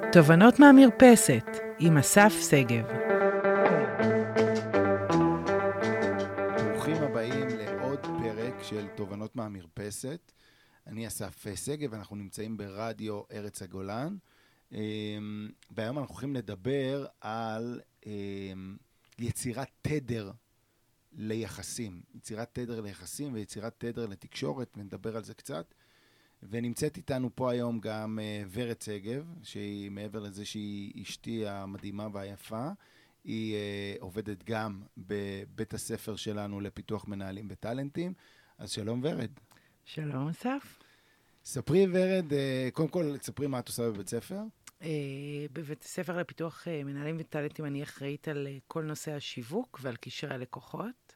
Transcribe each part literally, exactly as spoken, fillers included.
תובנות מהמרפסת עם אסף סגב. ברוכים הבאים לעוד פרק של תובנות מהמרפסת. אני אסף סגב, אנחנו נמצאים ברדיו ארץ הגולן. והיום אנחנו הולכים לדבר על יצירת תדר ליחסים. יצירת תדר ליחסים ויצירת תדר לתקשורת, ונדבר על זה קצת. ונמצאת איתנו פה היום גם ורד סגב, שהיא מעבר לזה שהיא אשתי המדהימה והיפה, היא עובדת גם בבית הספר שלנו לפיתוח מנהלים וטלנטים. אז שלום ורד. שלום אסף. ספרי ורד, קודם כל ספרי מה את עושה בבית ספר. בבית הספר לפיתוח מנהלים וטלנטים אני אחראית על כל נושא השיווק ועל קשרי הלקוחות.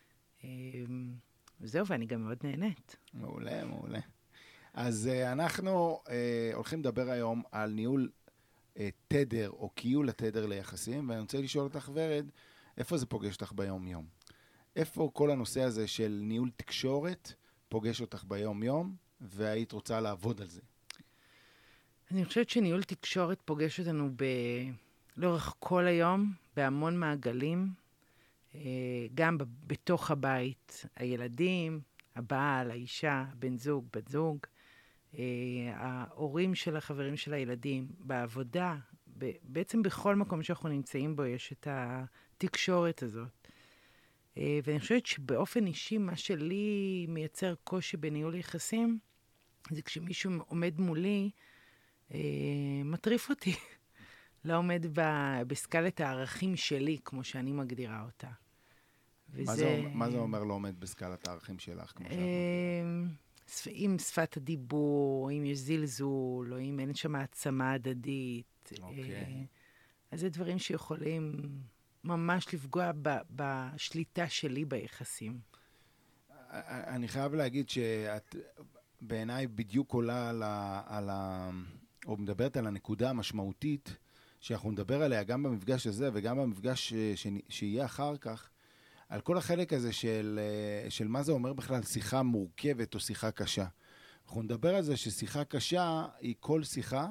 וזהו, ואני גם מאוד נהנית. מעולה, מעולה. אז uh, אנחנו uh, הולכים לדבר היום על ניהול uh, תדר או קיול התדר ליחסים, ואני רוצה לשאול אותך ורד, איפה זה פוגש אותך ביום יום? איפה כל הנושא הזה של ניהול תקשורת פוגש אותך ביום יום, והיית רוצה לעבוד על זה? אני חושבת שניהול תקשורת פוגש אותנו ב... לאורך כל היום, בהמון מעגלים, uh, גם ב- בתוך הבית, הילדים, הבעל, האישה, בן זוג, בת זוג, Uh, ההורים של החברים של הילדים, בעבודה, ב- בעצם בכל מקום שאנחנו נמצאים בו יש את התקשורת הזאת. Uh, ואני חושבת שבאופן אישי מה שלי מייצר קושי בניהול יחסים, זה כשמישהו עומד מולי, uh, מטריף אותי. לא עומד ב- בסקלת הערכים שלי, כמו שאני מגדירה אותה. וזה... מה, זה, מה זה אומר לא עומד בסקלת הערכים שלך, כמו שאת מגדירה? אם שפת הדיבור, אם יש זלזול, או אם אין שם העצמה הדדית. אוקיי. אז זה דברים שיכולים ממש לפגוע ב- בשליטה שלי ביחסים. אני חייב להגיד שאת בעיניי בדיוק עולה על ה... על ה... או מדברת על הנקודה המשמעותית, שאנחנו נדבר עליה גם במפגש הזה וגם במפגש ש... שיהיה אחר כך, על כל החלק הזה של, של מה זה אומר בכלל שיחה מורכבת או שיחה קשה. אנחנו נדבר על זה ששיחה קשה היא כל שיחה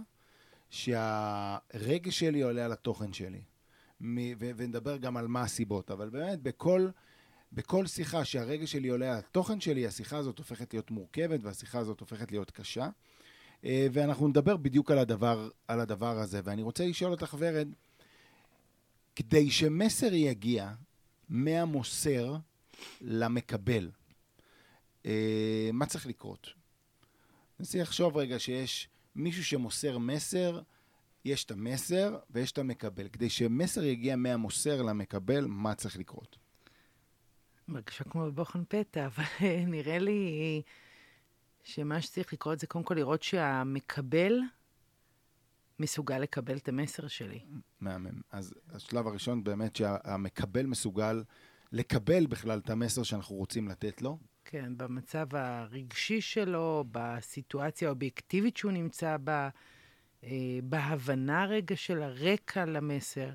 שהרגש שלי עולה על התוכן שלי. ונדבר גם על מה הסיבות. אבל באמת בכל, בכל שיחה שהרגש שלי עולה על התוכן שלי, השיחה הזאת הופכת להיות מורכבת והשיחה הזאת הופכת להיות קשה. ואנחנו נדבר בדיוק על הדבר, על הדבר הזה. ואני רוצה לשאול אותך ורד, כדי שמסר יגיע מהמוסר למקבל, אה, מה צריך לקרות? אני צריך לחשוב רגע שיש מישהו שמוסר מסר, יש את המסר ויש את המקבל. כדי שמסר יגיע מהמוסר למקבל, מה צריך לקרות? מרגישה כמו בבוחן פתע, אבל נראה לי שמה שצריך לקרות זה קודם כל לראות שהמקבל מסוגל לקבל את המסר שלי. מהמם. אז השלב הראשון באמת שהמקבל מסוגל לקבל בכלל את המסר שאנחנו רוצים לתת לו. כן, במצב הרגשי שלו, בסיטואציה האובייקטיבית שהוא נמצא בה, בהבנה רגע של הרקע למסר.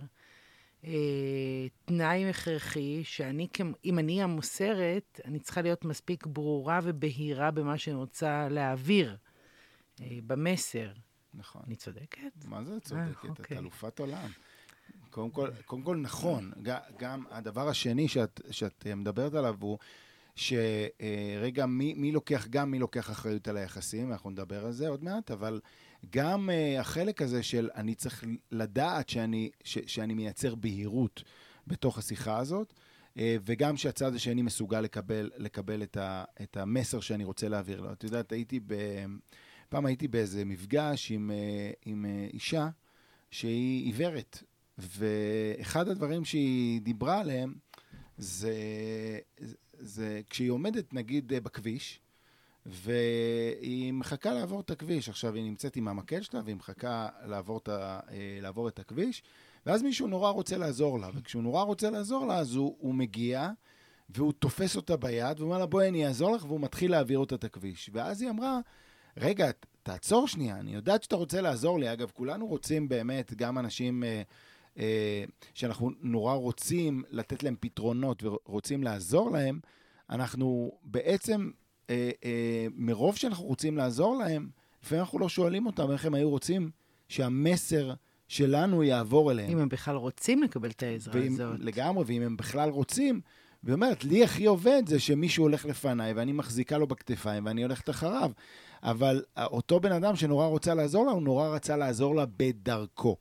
תנאי הכרחי שאני, אם אני המוסרת, אני צריכה להיות מספיק ברורה ובהירה במה שאני רוצה להעביר במסר. נכון. אני צודקת? מה זה צודקת? את אלופת עולם. קודם כל, קודם כל נכון. גם הדבר השני שאת, שאת מדברת עליו הוא שרגע, מי, מי לוקח, גם מי לוקח אחריות על היחסים, אנחנו נדבר על זה עוד מעט, אבל גם החלק הזה של אני צריך לדעת שאני, ש, שאני מייצר בהירות בתוך השיחה הזאת, וגם שהצד השני מסוגל לקבל, לקבל את, ה, את המסר שאני רוצה להעביר לו. את יודעת, הייתי ב... פעם הייתי באיזה מפגש עם, עם אישה שהיא עיוורת, ואחד הדברים שהיא דיברה עליהם זה, זה כשהיא עומדת נגיד בכביש, והיא מחכה לעבור את הכביש. עכשיו היא נמצאת עם המקל שלה, והיא מחכה לעבור את, לעבור את הכביש, ואז מישהו נורא רוצה לעזור לה, וכשהוא נורא רוצה לעזור לה, אז הוא, הוא מגיע, והוא תופס אותה ביד, והוא אומר לה, בואי אני אעזור לך, והוא מתחיל להעביר אותה את הכביש. ואז היא אמרה, רגע, תעצור שנייה, אני יודעת שאתה רוצה לעזור לי. אגב, כולנו רוצים באמת, גם אנשים אה, אה, שאנחנו נורא רוצים לתת להם פתרונות ורוצים לעזור להם, אנחנו בעצם, אה, אה, מרוב שאנחנו רוצים לעזור להם, לפעמים אנחנו לא שואלים אותם איך הם היו רוצים שהמסר שלנו יעבור אליהם. אם הם בכלל רוצים לקבל את העזרה ואם, הזאת. לגמרי, ואם הם בכלל רוצים, ואומרת, לי הכי עובד זה שמישהו הולך לפניי, ואני מחזיקה לו בכתפיים, ואני הולכת אחריו. אבל אותו בן אדם שנורא רוצה לעזור לה, הוא נורא רצה לעזור לה בדרכו.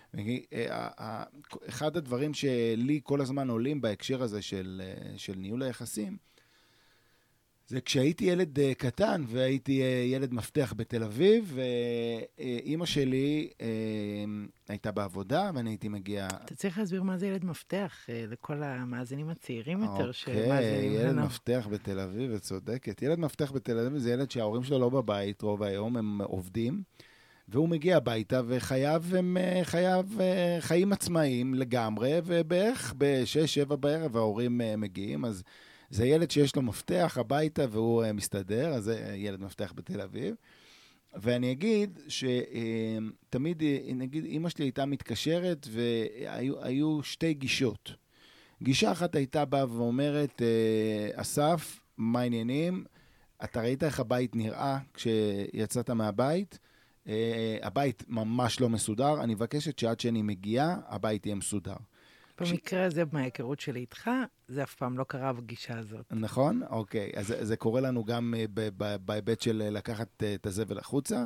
אחד הדברים שלי כל הזמן עולים בהקשר הזה של, של ניהול היחסים, זה כשהייתי ילד קטן והייתי ילד מפתח בתל אביב, ואימא שלי הייתה בעבודה ואני הייתי מגיע... אתה צריך להסביר מה זה ילד מפתח לכל המאזינים הצעירים יותר. אוקיי, ילד מפתח בתל אביב, וצודקת. ילד מפתח בתל אביב זה ילד שההורים שלו לא בבית, רוב היום הם עובדים, והוא מגיע הביתה וחייו הם חייו, חיים עצמאיים לגמרי, ובערך בשש, שבע בערב ההורים מגיעים, אז זה ילד שיש לו מפתח הביתה והוא מסתדר, אז זה ילד מפתח בתל אביב. ואני אגיד שתמיד, נגיד, אמא שלי הייתה מתקשרת והיו שתי גישות. גישה אחת הייתה באה ואומרת, אסף, מה העניינים? אתה ראית איך הבית נראה כשיצאת מהבית? הבית ממש לא מסודר, אני מבקשת שעד שאני מגיעה, הבית יהיה מסודר. במקרה הזה, מההיכרות שלי איתך, זה אף פעם לא קרה בגישה הזאת. נכון? אוקיי. אז זה קורה לנו גם בהיבט של לקחת את הזבל החוצה.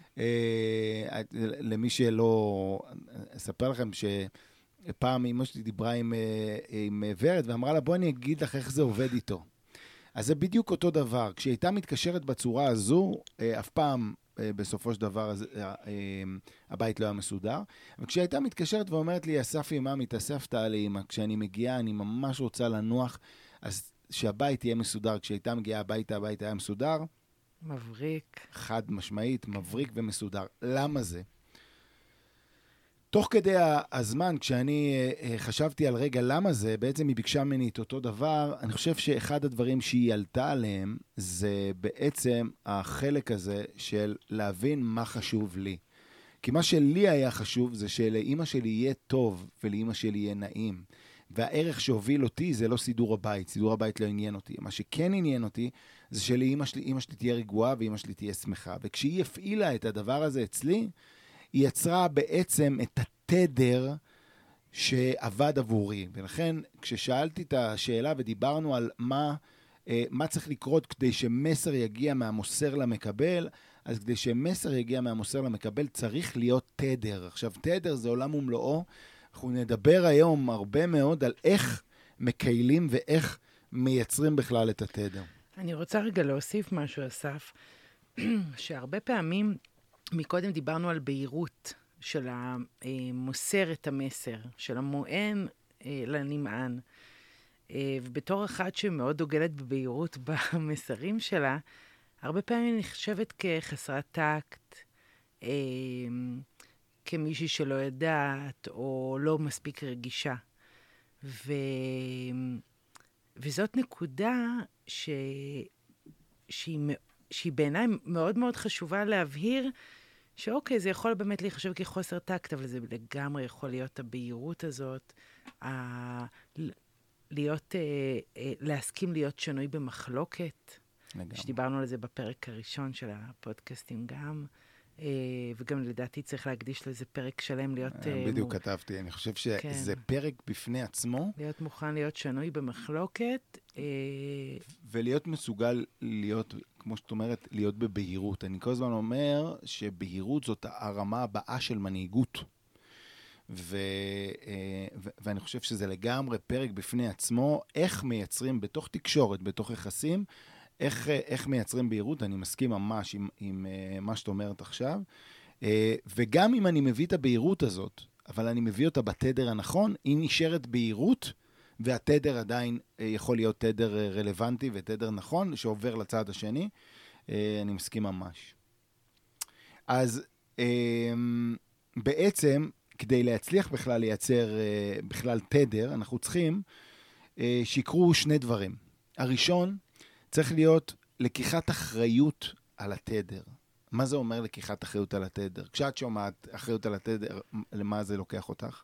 למי שלא... אספר לכם שפעם אמא שלי דיברה עם ורד, ואמרה לה, בואי אני אגיד לך איך זה עובד איתו. אז זה בדיוק אותו דבר. כשהיא הייתה מתקשרת בצורה הזו, אף פעם... בסופו של דבר הבית לא היה מסודר. וכשהיא הייתה מתקשרת ואומרת לי, אסף אמא, מתאספת על אמא, כשאני מגיעה, אני ממש רוצה לנוח, אז שהבית יהיה מסודר. כשהייתה מגיעה הביתה, הבית היה מסודר. מבריק. חד משמעית, מבריק ומסודר. למה זה? תוך כדי הזמן, כשאני חשבתי על רגע למה זה, בעצם היא ביקשה ממני את אותו דבר, אני חושב שאחד הדברים שהיא עלתה עליהם, זה בעצם החלק הזה של להבין מה חשוב לי. כי מה שלי היה חשוב זה שלאמא שלי יהיה טוב ולאמא שלי יהיה נעים. והערך שהוביל אותי זה לא סידור הבית, סידור הבית לא עניין אותי. מה שכן עניין אותי זה שלאמא שלי, אמא שלי תהיה רגועה ואמא שלי תהיה שמחה. וכשהיא הפעילה את הדבר הזה אצלי, היא יצרה בעצם את התדר שעבד עבורי. ולכן, כששאלתי את השאלה ודיברנו על מה, מה צריך לקרות כדי שמסר יגיע מהמוסר למקבל, אז כדי שמסר יגיע מהמוסר למקבל צריך להיות תדר. עכשיו, תדר זה עולם ומלואו. אנחנו נדבר היום הרבה מאוד על איך מקיילים ואיך מייצרים בכלל את התדר. אני רוצה רגע להוסיף משהו, אסף, שהרבה פעמים... מקודם דיברנו על בהירות של המוסר את המסר, של המוען לנמען. ובתור אחת שמאוד דוגלת בבהירות במסרים שלה, הרבה פעמים נחשבת כחסרת טקט, כמישהי שלא יודעת או לא מספיק רגישה. ו... וזאת נקודה ש... שהיא, שהיא בעיניי מאוד מאוד חשובה להבהיר, שאוקיי, זה יכול באמת להיחשב כחוסר טקט, אבל זה לגמרי יכול להיות הבהירות הזאת, ה... להיות, אה, אה, להסכים להיות שנוי במחלוקת. לגמרי. שדיברנו על זה בפרק הראשון של הפודקאסטים גם, אה, וגם לדעתי צריך להקדיש לזה פרק שלם להיות... אה, בדיוק מ... כתבתי, אני חושב שזה כן. פרק בפני עצמו. להיות מוכן להיות שנוי במחלוקת. אה... ולהיות מסוגל להיות, כמו שאת אומרת, להיות בבהירות. אני כל הזמן אומר שבהירות זאת הרמה הבאה של מנהיגות. ו... ו... ואני חושב שזה לגמרי פרק בפני עצמו, איך מייצרים בתוך תקשורת, בתוך יחסים, איך, איך מייצרים בהירות. אני מסכים ממש עם, עם מה שאת אומרת עכשיו. וגם אם אני מביא את הבהירות הזאת, אבל אני מביא אותה בתדר הנכון, היא נשארת בהירות, והתדר עדיין יכול להיות תדר רלוונטי ותדר נכון, שעובר לצד השני. אני מסכים ממש. אז בעצם, כדי להצליח בכלל לייצר בכלל תדר, אנחנו צריכים שיקרו שני דברים. הראשון, צריך להיות לקיחת אחריות על התדר. מה זה אומר לקיחת אחריות על התדר? כשאת שומעת אחריות על התדר, למה זה לוקח אותך?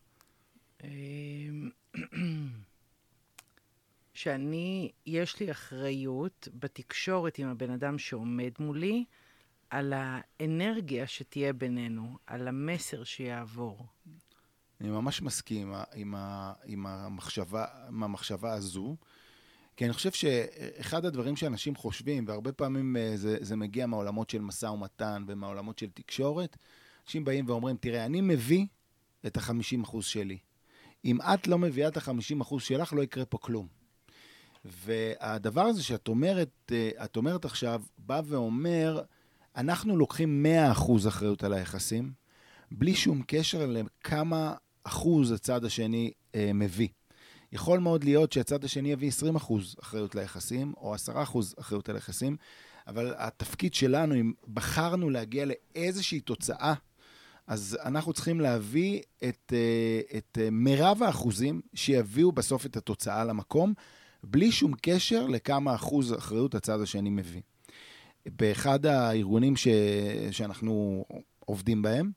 שאני, יש לי אחריות בתקשורת עם הבן אדם שעומד מולי, על האנרגיה שתהיה בינינו, על המסר שיעבור. אני ממש מסכים עם, ה, עם, המחשבה, עם המחשבה הזו, כי אני חושב שאחד הדברים שאנשים חושבים, והרבה פעמים זה, זה מגיע מהעולמות של מסע ומתן ומהעולמות של תקשורת, אנשים באים ואומרים, תראה, אני מביא את ה-חמישים אחוז שלי. אם את לא מביאה את ה-חמישים אחוז שלך, לא יקרה פה כלום. והדבר הזה שאת אומרת, את אומרת עכשיו, בא ואומר, אנחנו לוקחים מאה אחוז אחריות על היחסים, בלי שום קשר לכמה אחוז הצד השני אה, מביא. יכול מאוד להיות שהצד השני יביא עשרים אחוז אחריות ליחסים, או עשרה אחוז אחריות על היחסים, אבל התפקיד שלנו, אם בחרנו להגיע לאיזושהי תוצאה, אז אנחנו צריכים להביא את, את מרב האחוזים שיביאו בסוף את התוצאה למקום, בלי שום קשר לכמה אחוז אחריות הצד השני מביא. באחד הארגונים ש, שאנחנו עובדים בהם,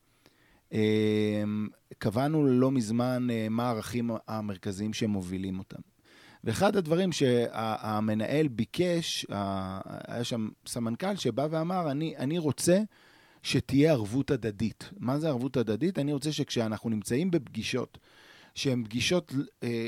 קבענו לא מזמן מה הערכים המרכזיים שמובילים אותם. ואחד הדברים שהמנהל ביקש, היה שם סמנכ"ל שבא ואמר, אני, אני רוצה שתהיה ערבות הדדית. מה זה ערבות הדדית? אני רוצה שכשאנחנו נמצאים בפגישות, שהן פגישות אה,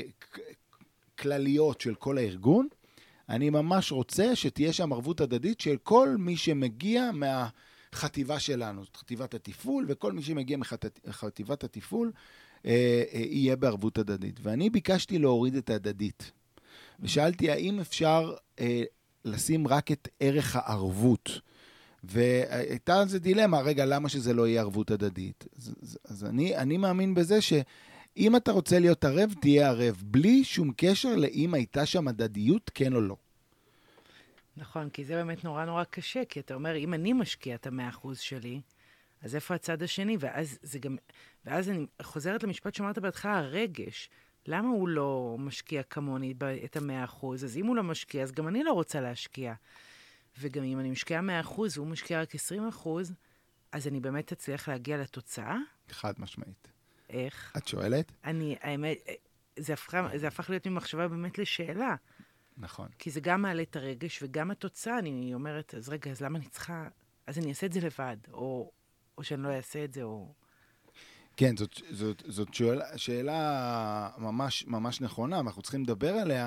כלליות של כל הארגון, אני ממש רוצה שתהיה שם ערבות הדדית של כל מי שמגיע מהחטיבה שלנו, חטיבת התפעול, וכל מי שמגיע מחטיבת התפעול, אה, אה, יהיה בערבות הדדית. ואני ביקשתי להוריד את ההדדית. ושאלתי, האם אפשר אה, לשים רק את ערך הערבות? והייתה על זה דילמה, רגע, למה שזה לא יהיה ערבות הדדית? אז, אז אני, אני מאמין בזה שאם אתה רוצה להיות ערב, תהיה ערב, בלי שום קשר לאם הייתה שם הדדיות, כן או לא. נכון, כי זה באמת נורא נורא קשה, כי אתה אומר, אם אני משקיע את המאה אחוז שלי, אז איפה הצד השני? ואז זה גם, ואז אני חוזרת למשפט שאמרת בהתחלה, הרגש. למה הוא לא משקיע כמוני את המאה אחוז? אז אם הוא לא משקיע, אז גם אני לא רוצה להשקיע. וגם אם אני משקיעה מאה אחוז והוא משקיע רק עשרים אחוז, אז אני באמת אצליח להגיע לתוצאה? חד משמעית. איך? את שואלת? אני, האמת, זה הפך, זה הפך להיות ממחשבה באמת לשאלה. נכון. כי זה גם מעלה את הרגש וגם התוצאה. אני אומרת, אז רגע, אז למה אני צריכה... אז אני אעשה את זה לבד, או, או שאני לא אעשה את זה, או... כן, זאת, זאת, זאת שאלה, שאלה ממש, ממש נכונה, ואנחנו צריכים לדבר עליה.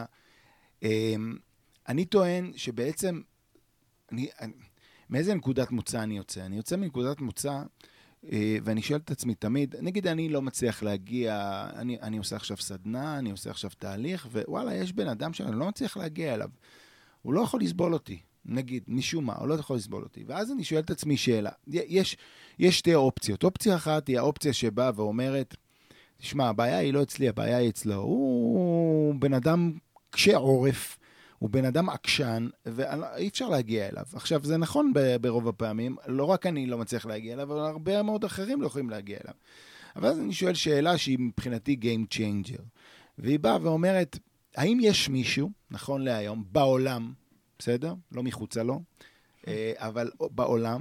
אני טוען שבעצם, אני, אני, מאיזה נקודת מוצא אני יוצא? אני יוצא מנקודת מוצא, ואני שואל את עצמי תמיד, נגיד אני לא מצליח להגיע, אני, אני עושה עכשיו סדנה, אני עושה עכשיו תהליך, ווואלה, יש בן אדם שאני לא מצליח להגיע אליו. הוא לא יכול לסבול אותי, נגיד, משום מה, הוא לא יכול לסבול אותי. ואז אני שואל את עצמי שאלה, יש, יש שתי אופציות. אופציה אחת היא האופציה שבאה ואומרת, תשמע, הבעיה היא לא אצלי, הבעיה היא אצלו. הוא בן אדם קשה עורף, הוא בן אדם עקשן, ואי אפשר להגיע אליו. עכשיו, זה נכון ברוב הפעמים, לא רק אני לא מצליח להגיע אליו, אבל הרבה מאוד אחרים לא יכולים להגיע אליו. אבל אז אני שואל שאלה שהיא מבחינתי Game Changer. והיא באה ואומרת, האם יש מישהו, נכון להיום, בעולם, בסדר? לא מחוצה לו, אבל בעולם,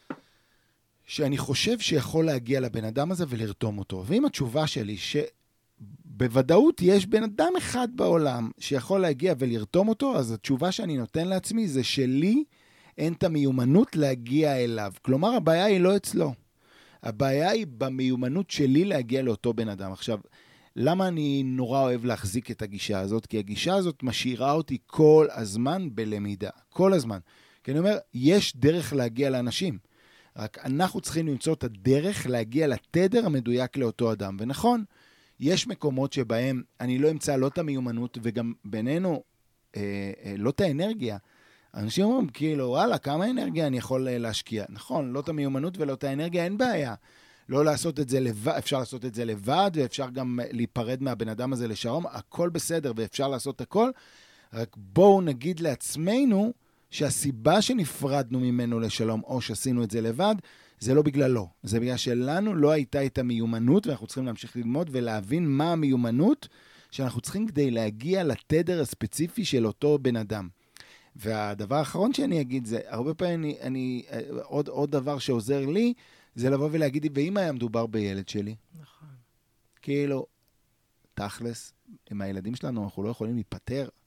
שאני חושב שיכול להגיע לבן אדם הזה ולרתום אותו. ואם התשובה שלי שבוודאות יש בן אדם אחד בעולם שיכול להגיע ולרתום אותו, אז התשובה שאני נותן לעצמי זה שלי אין את המיומנות להגיע אליו. כלומר, הבעיה היא לא אצלו. הבעיה היא במיומנות שלי להגיע לאותו בן אדם. עכשיו, למה אני נורא אוהב להחזיק את הגישה הזאת? כי הגישה הזאת משאירה אותי כל הזמן בלמידה. כל הזמן. כי אני אומר, יש דרך להגיע לאנשים. רק אנחנו צריכים למצוא את הדרך להגיע לתדר המדויק לאותו אדם. ונכון, יש מקומות שבהם אני לא אמצא לא את המיומנות, וגם בינינו אה, אה, לא את האנרגיה. אנשים אומרים, כאילו, וואלה, כמה אנרגיה אני יכול להשקיע? נכון, לא את המיומנות ולא את האנרגיה, אין בעיה. לא לעשות את זה לבד, אפשר לעשות את זה לבד, ואפשר גם להיפרד מהבן אדם הזה לשלום, הכל בסדר, ואפשר לעשות הכל, רק בואו נגיד לעצמנו, שהסיבה שנפרדנו ממנו לשלום, או שעשינו את זה לבד, זה לא בגללו. זה בגלל שלנו לא הייתה את המיומנות, ואנחנו צריכים להמשיך ללמוד ולהבין מה המיומנות שאנחנו צריכים כדי להגיע לתדר הספציפי של אותו בן אדם. והדבר האחרון שאני אגיד זה, הרבה פעמים אני, אני עוד, עוד דבר שעוזר לי, זה לבוא ולהגיד, ואם היה מדובר בילד שלי? נכון. כאילו, תכלס, עם הילדים שלנו אנחנו לא יכולים להיפטר,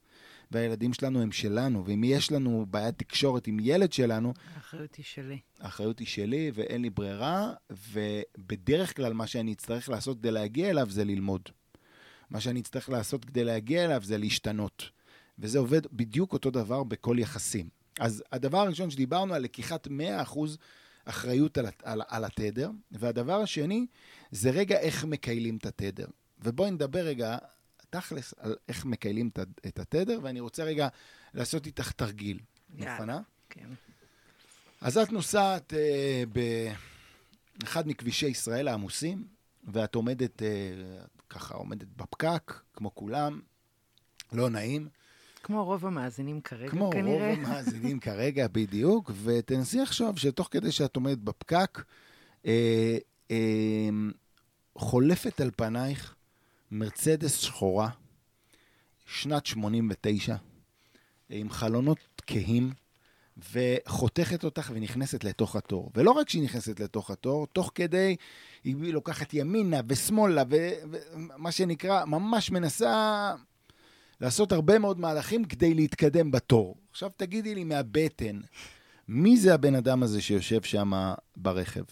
והילדים שלנו הם שלנו, ואם יש לנו בעיית תקשורת עם ילד שלנו... האחריות היא שלי. האחריות היא שלי, ואין לי ברירה, ובדרך כלל מה שאני אצטרך לעשות כדי להגיע אליו זה ללמוד. מה שאני אצטרך לעשות כדי להגיע אליו זה להשתנות. וזה עובד בדיוק אותו דבר בכל יחסים. אז הדבר הראשון שדיברנו על לקיחת מאה אחוז אחריות על, על, על התדר, והדבר השני זה רגע איך מקיילים את התדר. ובואי נדבר רגע תכלס על איך מקיילים את התדר, ואני רוצה רגע לעשות איתך תרגיל. נכונה? כן. אז את נוסעת אה, באחד מכבישי ישראל העמוסים, ואת עומדת אה, ככה, עומדת בפקק, כמו כולם, לא נעים. כמו רוב המאזינים כרגע, כמו כנראה. כמו רוב המאזינים כרגע, בדיוק, ותנסי עכשיו שתוך כדי שאת עומדת בפקק, אה, אה, חולפת על פנייך מרצדס שחורה, שנת שמונים ותשע, עם חלונות כהים, וחותכת אותך ונכנסת לתוך התור. ולא רק שהיא נכנסת לתוך התור, תוך כדי היא לוקחת ימינה ושמאלה, ומה שנקרא, ממש מנסה לעשות הרבה מאוד מהלכים כדי להתקדם בתור. עכשיו תגידי לי מהבטן, מי זה הבן אדם הזה שיושב שם ברכב?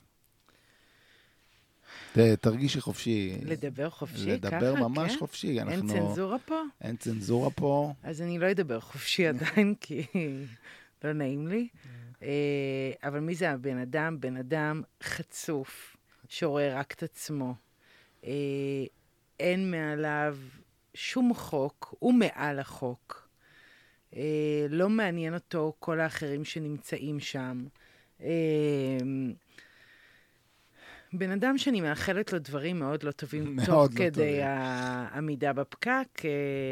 תרגישי חופשי. לדבר חופשי, לדבר ככה, לדבר ממש כן? חופשי. אין אנחנו... צנזורה פה? אין צנזורה פה. אז אני לא אדבר חופשי עדיין, כי לא נעים לי. אבל מי זה הבן אדם? בן אדם חצוף, שרואה רק את עצמו. אין מעליו שום חוק, הוא מעל החוק. לא מעניין אותו כל האחרים שנמצאים שם. בן אדם שאני מאחלת לו דברים מאוד לא טובים, תוך כדי העמידה בפקק,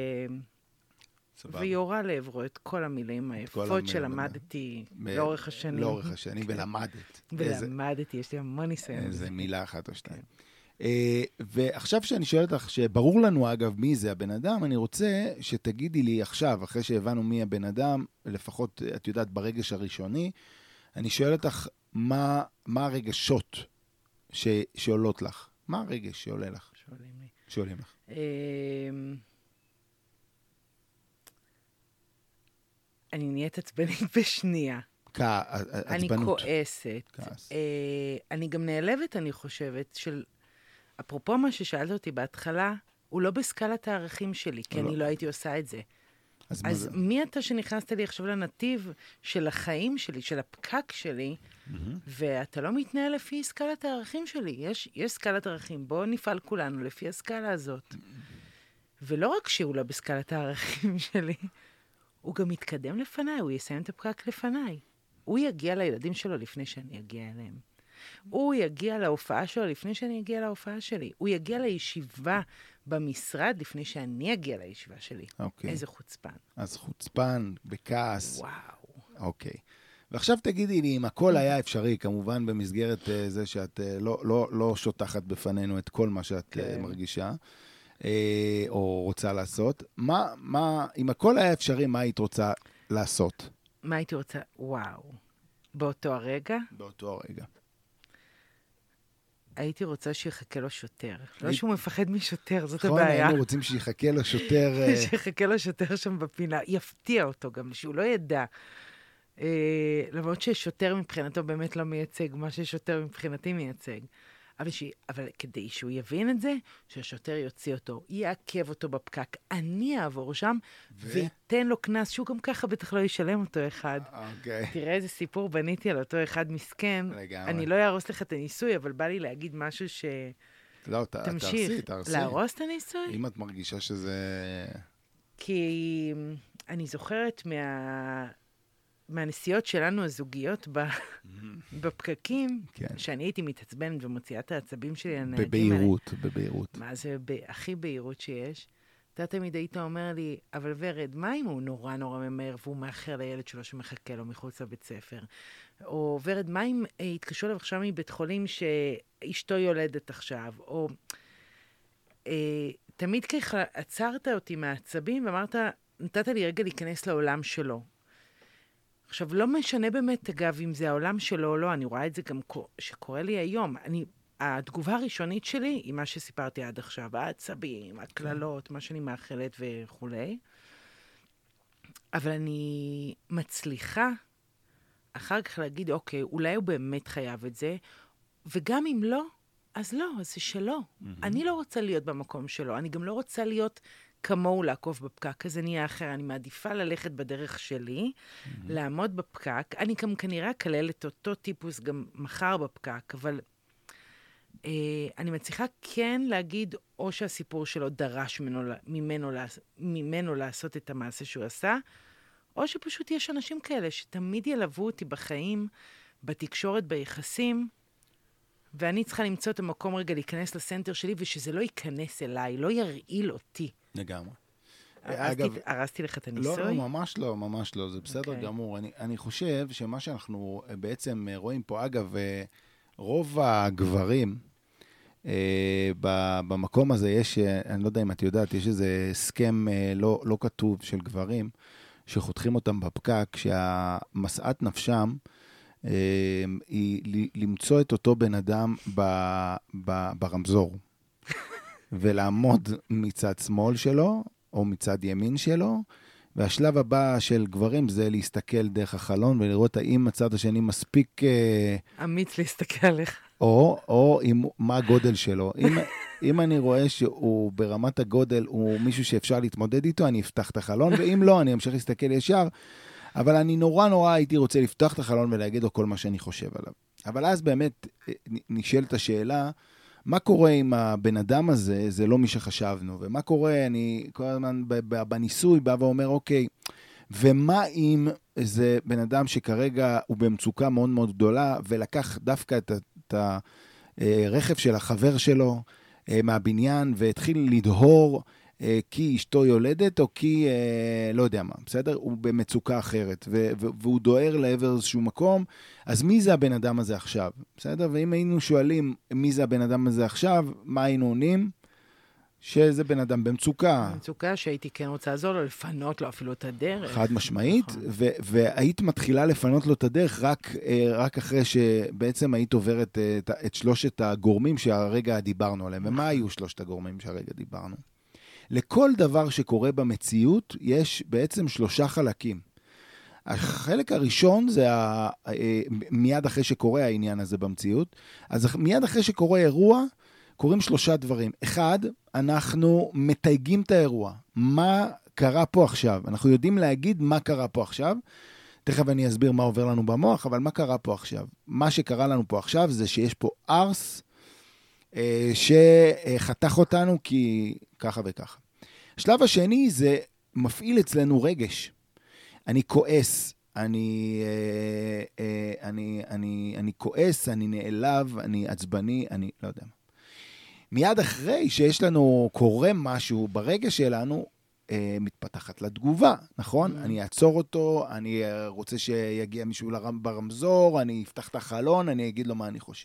ויורה לעברו את כל המילים היפות שלמדתי לאורך השנים. לאורך השנים, ולמדת. ולמדתי, יש לי המון ניסיון. איזה מילה אחת או שתיים. ועכשיו שאני שואל אותך, שברור לנו אגב מי זה הבן אדם, אני רוצה שתגידי לי עכשיו, אחרי שהבנו מי הבן אדם, לפחות את יודעת ברגש הראשוני, אני שואל אותך מה, מה הרגשות ש, שעולות לך. מה הרגש שעולה לך? שואלים לי. שואלים לך. אני נהיית עצבנית בשנייה. עצבנות. אני כועסת. אני גם נעלבת, אני חושבת, של... אפרופו מה ששאלת אותי בהתחלה, הוא לא בסקלת הערכים שלי, כי אני לא הייתי עושה את זה. אז, אז מי אתה שנכנסת לי עכשיו לנתיב של החיים שלי, של הפקק שלי, mm-hmm. ואתה לא מתנהל לפי סקלת הערכים שלי. יש, יש סקלת ערכים, בואו נפעל כולנו לפי הסקלה הזאת. Mm-hmm. ולא רק שהוא לא בסקלת הערכים שלי, הוא גם מתקדם לפניי, הוא יסיים את הפקק לפניי. הוא יגיע לילדים שלו לפני שאני אגיע אליהם. הוא יגיע להופעה שלו לפני שאני אגיע להופעה שלי. הוא יגיע לישיבה במשרד לפני שאני אגיע לישיבה שלי. אוקיי. איזה חוצפן. אז חוצפן, בכעס. וואו. אוקיי. ועכשיו תגידי לי, אם הכל היה אפשרי, כמובן במסגרת uh, זה שאת uh, לא, לא, לא שוטחת בפנינו את כל מה שאת okay. uh, מרגישה, uh, או רוצה לעשות, מה, מה, אם הכל היה אפשרי, מה היית רוצה לעשות? מה הייתי רוצה? וואו. באותו הרגע? באותו הרגע. הייתי רוצה שיחכה לו שוטר. לא שהוא מפחד משוטר, זאת הבעיה. נכון, היינו רוצים שיחכה לו שוטר... שיחכה לו שוטר שם בפינה. יפתיע אותו גם, שהוא לא ידע. למרות ששוטר מבחינתו באמת לא מייצג, מה ששוטר מבחינתי מייצג. אבל, ש... אבל כדי שהוא יבין את זה, שהשוטר יוציא אותו, יעכב אותו בפקק, אני אעבור שם, ו... ויתן לו כנס, שהוא גם ככה בטח לא ישלם אותו אחד. אוקיי. תראה איזה סיפור בניתי על אותו אחד מסכן. לגמרי. אני לא אערוס לך את הניסוי, אבל בא לי להגיד משהו ש... לא, ת... תמשיך. תרסי, תרסי. להרוס את הניסוי? אם את מרגישה שזה... כי אני זוכרת מה... מהנסיעות שלנו הזוגיות בפקקים, שאני הייתי מתעצבנת ומוציאה את העצבים שלי על הנהגים האלה. בבהירות, בבהירות. מה זה הכי בהירות שיש? אתה תמיד היית אומר לי, אבל ורד, מה אם הוא נורא נורא ממהר והוא מאחר לילד שלו שמחכה לו מחוץ לבית ספר? או ורד, מה אם התקשרו אליו עכשיו מבית חולים שאשתו יולדת עכשיו? או תמיד ככה עצרת אותי מהעצבים ואמרת, נתת לי רגע להיכנס לעולם שלו. עכשיו, לא משנה באמת, אגב, אם זה העולם שלו או לא, אני רואה את זה גם שקורה לי היום. אני, התגובה הראשונית שלי היא מה שסיפרתי עד עכשיו, העצבים, הכללות, מה שאני מאחלת וכו'. אבל אני מצליחה אחר כך להגיד, אוקיי, אולי הוא באמת חייב את זה, וגם אם לא, אז לא, אז זה שלא. Mm-hmm. אני לא רוצה להיות במקום שלו, אני גם לא רוצה להיות כמוהו לעקוף בפקק, אז אני אהיה אחר, אני מעדיפה ללכת בדרך שלי, mm-hmm. לעמוד בפקק, אני גם כנראה אקלל את אותו טיפוס גם מחר בפקק, אבל אה, אני מצליחה כן להגיד, או שהסיפור שלו דרש ממנו, ממנו, ממנו לעשות את המעשה שהוא עשה, או שפשוט יש אנשים כאלה שתמיד ילוו אותי בחיים, בתקשורת, ביחסים, ואני צריכה למצוא את המקום רגע להיכנס לסנטר שלי, ושזה לא ייכנס אליי, לא ירעיל אותי. לגמרי. הרסתי לך את הניסוי? לא, לא, ממש לא, ממש לא, זה בסדר okay. גמור. אני, אני חושב שמה שאנחנו בעצם רואים פה, אגב, רוב הגברים, במקום הזה יש, אני לא יודע אם את יודעת, יש איזה הסכם לא, לא כתוב של גברים, שחותכים אותם בפקק, שהמשאת נפשם, היא למצוא את אותו בן אדם ברמזור, ולעמוד מצד שמאל שלו, או מצד ימין שלו, והשלב הבא של גברים זה להסתכל דרך החלון, ולראות האם הצד השני מספיק... אמיץ להסתכל עליך. או, או עם, מה הגודל שלו. אם, אם אני רואה שהוא ברמת הגודל, הוא מישהו שאפשר להתמודד איתו, אני אפתח את החלון, ואם לא, אני אמשיך להסתכל ישר, אבל אני נורא נורא הייתי רוצה לפתוח את החלון ולהגיד לו כל מה שאני חושב עליו. אבל אז באמת נשאלת השאלה, מה קורה עם הבן אדם הזה, זה לא מי שחשבנו, ומה קורה, אני כל הזמן בניסוי בא ואומר, אוקיי, ומה אם זה בן אדם שכרגע הוא במצוקה מאוד מאוד גדולה, ולקח דווקא את, את הרכב של החבר שלו מהבניין, והתחיל לדהור, כי אשתו יולדת, או כי, לא יודע מה, בסדר? הוא במצוקה אחרת, והוא דוהר לעבר איזשהו מקום, אז מי זה הבן אדם הזה עכשיו? בסדר? ואם היינו שואלים מי זה הבן אדם הזה עכשיו, מה היינו עונים? שזה בן אדם במצוקה. במצוקה שהייתי כן רוצה לעזור לו, לפנות לו אפילו את הדרך. חד משמעית, והיית מתחילה לפנות לו את הדרך רק, רק אחרי שבעצם היית עוברת את, את שלושת הגורמים שהרגע דיברנו עליהם. ומה היו שלושת הגורמים שהרגע דיברנו? לכל דבר שקורה במציאות, יש בעצם שלושה חלקים. החלק הראשון זה ה... מיד אחרי שקורה העניין הזה במציאות. אז מיד אחרי שקורה אירוע, קורים שלושה דברים. אחד, אנחנו מתייגים את האירוע. מה קרה פה עכשיו? אנחנו יודעים להגיד מה קרה פה עכשיו. תכף אני אסביר מה עובר לנו במוח, אבל מה קרה פה עכשיו? מה שקרה לנו פה עכשיו זה שיש פה ארס, שחתך אותנו כי ככה וככה. השלב השני זה מפעיל אצלנו רגש. אני כועס, אני, אני, אני, אני כועס, אני נעלב, אני עצבני, אני לא יודע. מיד אחרי שיש לנו, קורה משהו ברגש שלנו, מתפתחת לתגובה, נכון? אני אעצור אותו, אני רוצה שיגיע מישהו ברמזור, אני אפתח את החלון, אני אגיד לו מה אני חושב.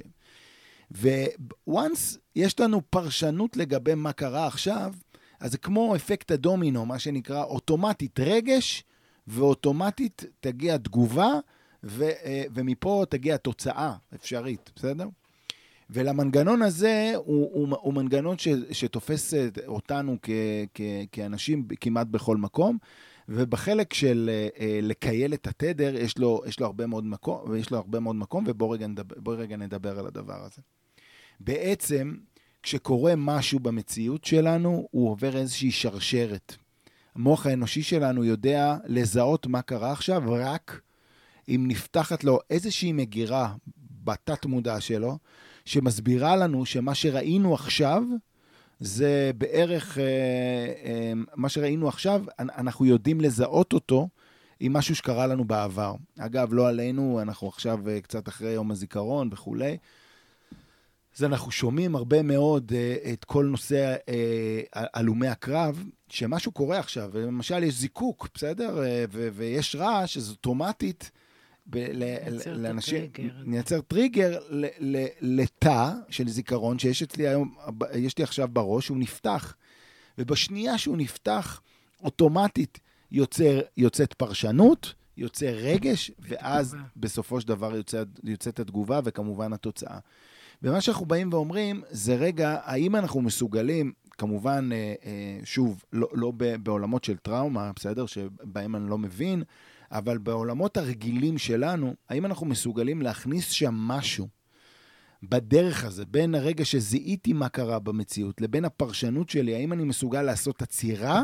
וואנס יש לנו פרשנות לגבי מה קרה עכשיו, אז זה כמו אפקט הדומינו, מה שנקרא אוטומטית רגש, ואוטומטית תגיע תגובה, ו, ומפה תגיע תוצאה אפשרית, בסדר? ולמנגנון הזה הוא, הוא, הוא מנגנון ש, שתופס אותנו כ, כ, כאנשים כמעט בכל מקום, ובחלק של לקייל את התדר יש לו, יש לו הרבה מאוד מקום, ויש לו הרבה מאוד מקום, ובוא רגע נדבר, בוא רגע נדבר על הדבר הזה. בעצם, כשקורה משהו במציאות שלנו, הוא עובר איזושהי שרשרת. המוח האנושי שלנו יודע לזהות מה קרה עכשיו, רק אם נפתחת לו איזושהי מגירה בתת מודע שלו, שמסבירה לנו שמה שראינו עכשיו, זה בערך, מה שראינו עכשיו, אנחנו יודעים לזהות אותו עם משהו שקרה לנו בעבר. אגב, לא עלינו, אנחנו עכשיו קצת אחרי יום הזיכרון וכולי, אז אנחנו שומעים הרבה מאוד uh, את כל נושא uh, אלומי הקרב, שמשהו קורה עכשיו, למשל יש זיקוק, בסדר? Uh, ו- ויש רעש, אז אוטומטית, ב- ל- לאנשים, נייצר טריגר ל- ל- לתא של זיכרון, שיש אצלי היום, יש לי עכשיו בראש, הוא נפתח, ובשנייה שהוא נפתח, אוטומטית יוצר, יוצאת פרשנות, יוצא רגש, ואז בסופו של דבר יוצאת, יוצאת התגובה, וכמובן התוצאה. ומה שאנחנו באים ואומרים, זה רגע, האם אנחנו מסוגלים, כמובן, שוב, לא, לא בעולמות של טראומה, בסדר? שבהם אני לא מבין, אבל בעולמות הרגילים שלנו, האם אנחנו מסוגלים להכניס שם משהו בדרך הזה, בין הרגע שזיהיתי מה קרה במציאות, לבין הפרשנות שלי, האם אני מסוגל לעשות עצירה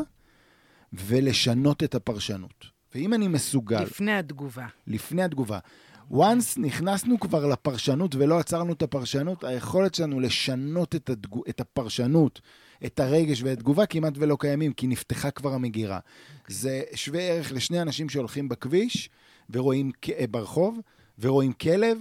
ולשנות את הפרשנות. ואם אני מסוגל... לפני התגובה. לפני התגובה. once נכנסנו כבר לפרשנות ולא עצרנו את הפרשנות, היכולת שלנו לשנות את, הדג... את הפרשנות, את הרגש והתגובה כמעט ולא קיימים, כי נפתחה כבר המגירה. Okay. זה שווה ערך לשני אנשים שהולכים בכביש, ורואים ברחוב, ורואים כלב,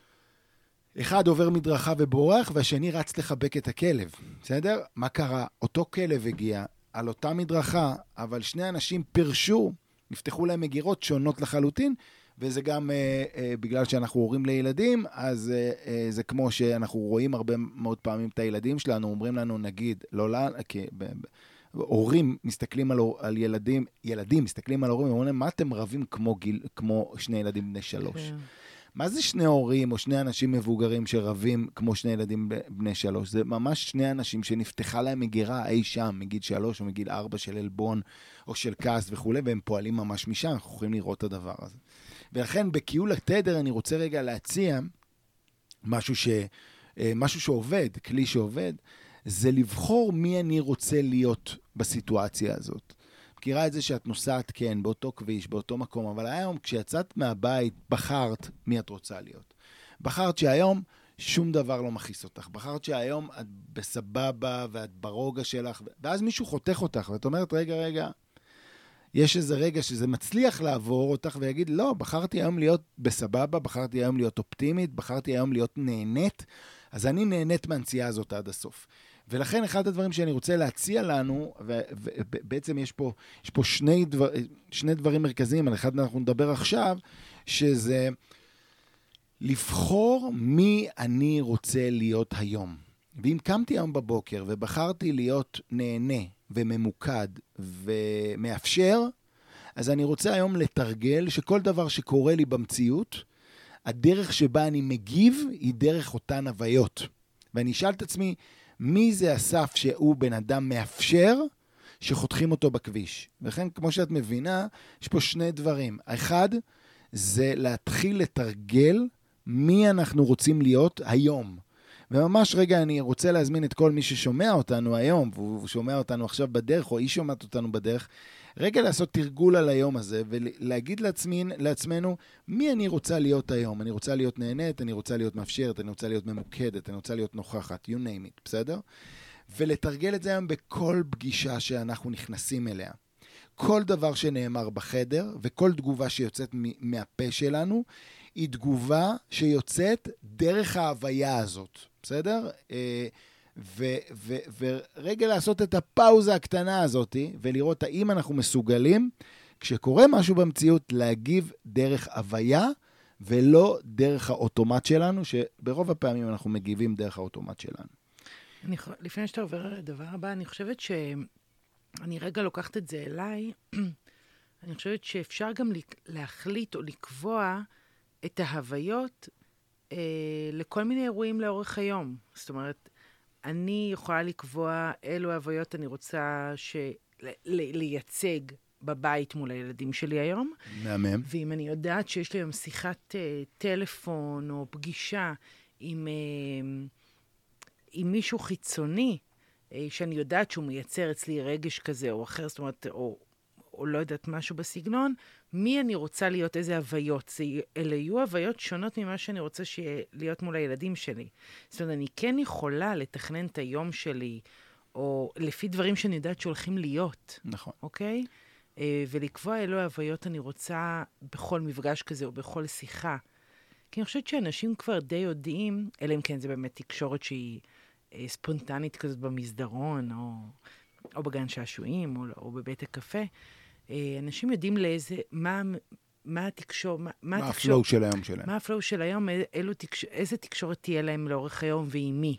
אחד עובר מדרכה ובורח, והשני רץ לחבק את הכלב. בסדר? מה קרה? אותו כלב הגיע על אותה מדרכה, אבל שני אנשים פרשו, נפתחו להם מגירות שונות לחלוטין, וזה גם אה, אה, בגלל שאנחנו הורים לילדים, אז אה, אה, זה כמו שאנחנו רואים הרבה מאוד פעמים את הילדים שלנו, אומרים לנו נגיד, לא לא, כי ב, ב, הורים מסתכלים על, על ילדים, ילדים מסתכלים על הורים, ואומרים להם, מה אתם רבים כמו, גיל, כמו שני ילדים בני שלוש? Okay. מה זה שני הורים או שני אנשים מבוגרים שרבים כמו שני ילדים בני שלוש? זה ממש שני אנשים שנפתחה להם מגירה אי שם, מגיל שלוש או מגיל ארבע של אלבון או של כעס וכו', והם פועלים ממש משם, אנחנו יכולים לראות את הדבר הזה. ולכן בקיול התדר אני רוצה רגע להציע משהו, ש, משהו שעובד, כלי שעובד, זה לבחור מי אני רוצה להיות בסיטואציה הזאת. מכירה את זה שאת נוסעת, כן, באותו כביש, באותו מקום, אבל היום כשיצאת מהבית, בחרת מי את רוצה להיות. בחרת שהיום שום דבר לא מכיס אותך. בחרת שהיום את בסבבה ואת ברוגע שלך, ואז מישהו חותך אותך, ואת אומרת, רגע, רגע, יש איזה רגע שזה מצליח לעבור אותך ויגיד, לא, בחרתי היום להיות בסבבה, בחרתי היום להיות אופטימית, בחרתי היום להיות נהנית, אז אני נהנית מהנסיעה הזאת עד הסוף. ולכן אחד הדברים שאני רוצה להציע לנו, ובעצם יש פה, יש פה שני, דבר, שני דברים מרכזיים, על אחד אנחנו נדבר עכשיו, שזה לבחור מי אני רוצה להיות היום. ואם קמתי היום בבוקר ובחרתי להיות נהנה וממוקד ומאפשר, אז אני רוצה היום לתרגל שכל דבר שקורה לי במציאות, הדרך שבה אני מגיב היא דרך אותן הוויות. ואני אשאל את עצמי, מי זה אסף שהוא בן אדם מאפשר שחותכים אותו בכביש? וכן, כמו שאת מבינה, יש פה שני דברים. אחד, זה להתחיל לתרגל מי אנחנו רוצים להיות היום. וממש רגע אני רוצה להזמין את כל מי ששומע אותנו היום, והוא שומע אותנו עכשיו בדרך, או היא שומעת אותנו בדרך, רגע לעשות תרגול על היום הזה, ולהגיד לעצמין, לעצמנו, מי אני רוצה להיות היום? אני רוצה להיות נהנית, אני רוצה להיות מאפשרת, אני רוצה להיות ממוקדת, אני רוצה להיות נוכחת, you name it, בסדר? ולתרגל את זה היום בכל פגישה שאנחנו נכנסים אליה. כל דבר שנאמר בחדר, וכל תגובה שיוצאת מהפה שלנו, היא תגובה שיוצאת דרך ההוויה הזאת, בסדר? ו- ו- ורגע לעשות את הפאוזה הקטנה הזאת, ולראות האם אנחנו מסוגלים, כשקורה משהו במציאות, להגיב דרך הוויה, ולא דרך האוטומט שלנו, שברוב הפעמים אנחנו מגיבים דרך האוטומט שלנו. אני, לפני שאתה עובר לדבר הבא, אני חושבת שאני רגע לוקחת את זה אליי, אני חושבת שאפשר גם להחליט או לקבוע את ההוויות אה, לכל מיני אירועים לאורך היום. זאת אומרת, אני יכולה לקבוע אילו ההוויות אני רוצה ש... ל- לייצג בבית מול הילדים שלי היום. מהמם. ואם אני יודעת שיש לי היום שיחת אה, טלפון או פגישה עם, אה, עם מישהו חיצוני, אה, שאני יודעת שהוא מייצר אצלי רגש כזה או אחר, זאת אומרת, או, או לא יודעת משהו בסגנון, מי אני רוצה להיות, איזה הוויות. זה, אלה יהיו הוויות שונות ממה שאני רוצה להיות מול הילדים שלי. זאת אומרת, אני כן יכולה לתכנן את היום שלי, או לפי דברים שאני יודעת שהולכים להיות. נכון. אוקיי? ולקבוע אלו ההוויות אני רוצה בכל מפגש כזה, או בכל שיחה. כי אני חושבת שאנשים כבר די יודעים, אלא אם כן זה באמת תקשורת שהיא ספונטנית כזאת במסדרון, או, או בגן שעשועים, או, או בבית הקפה. אנשים יודעים לאיזה, מה, מה התקשור, מה, מה, מה התקשור, הפלואו של היום שלהם. מה הפלואו של היום, אילו תקש, איזה תקשורת תהיה להם לאורך היום ועם מי.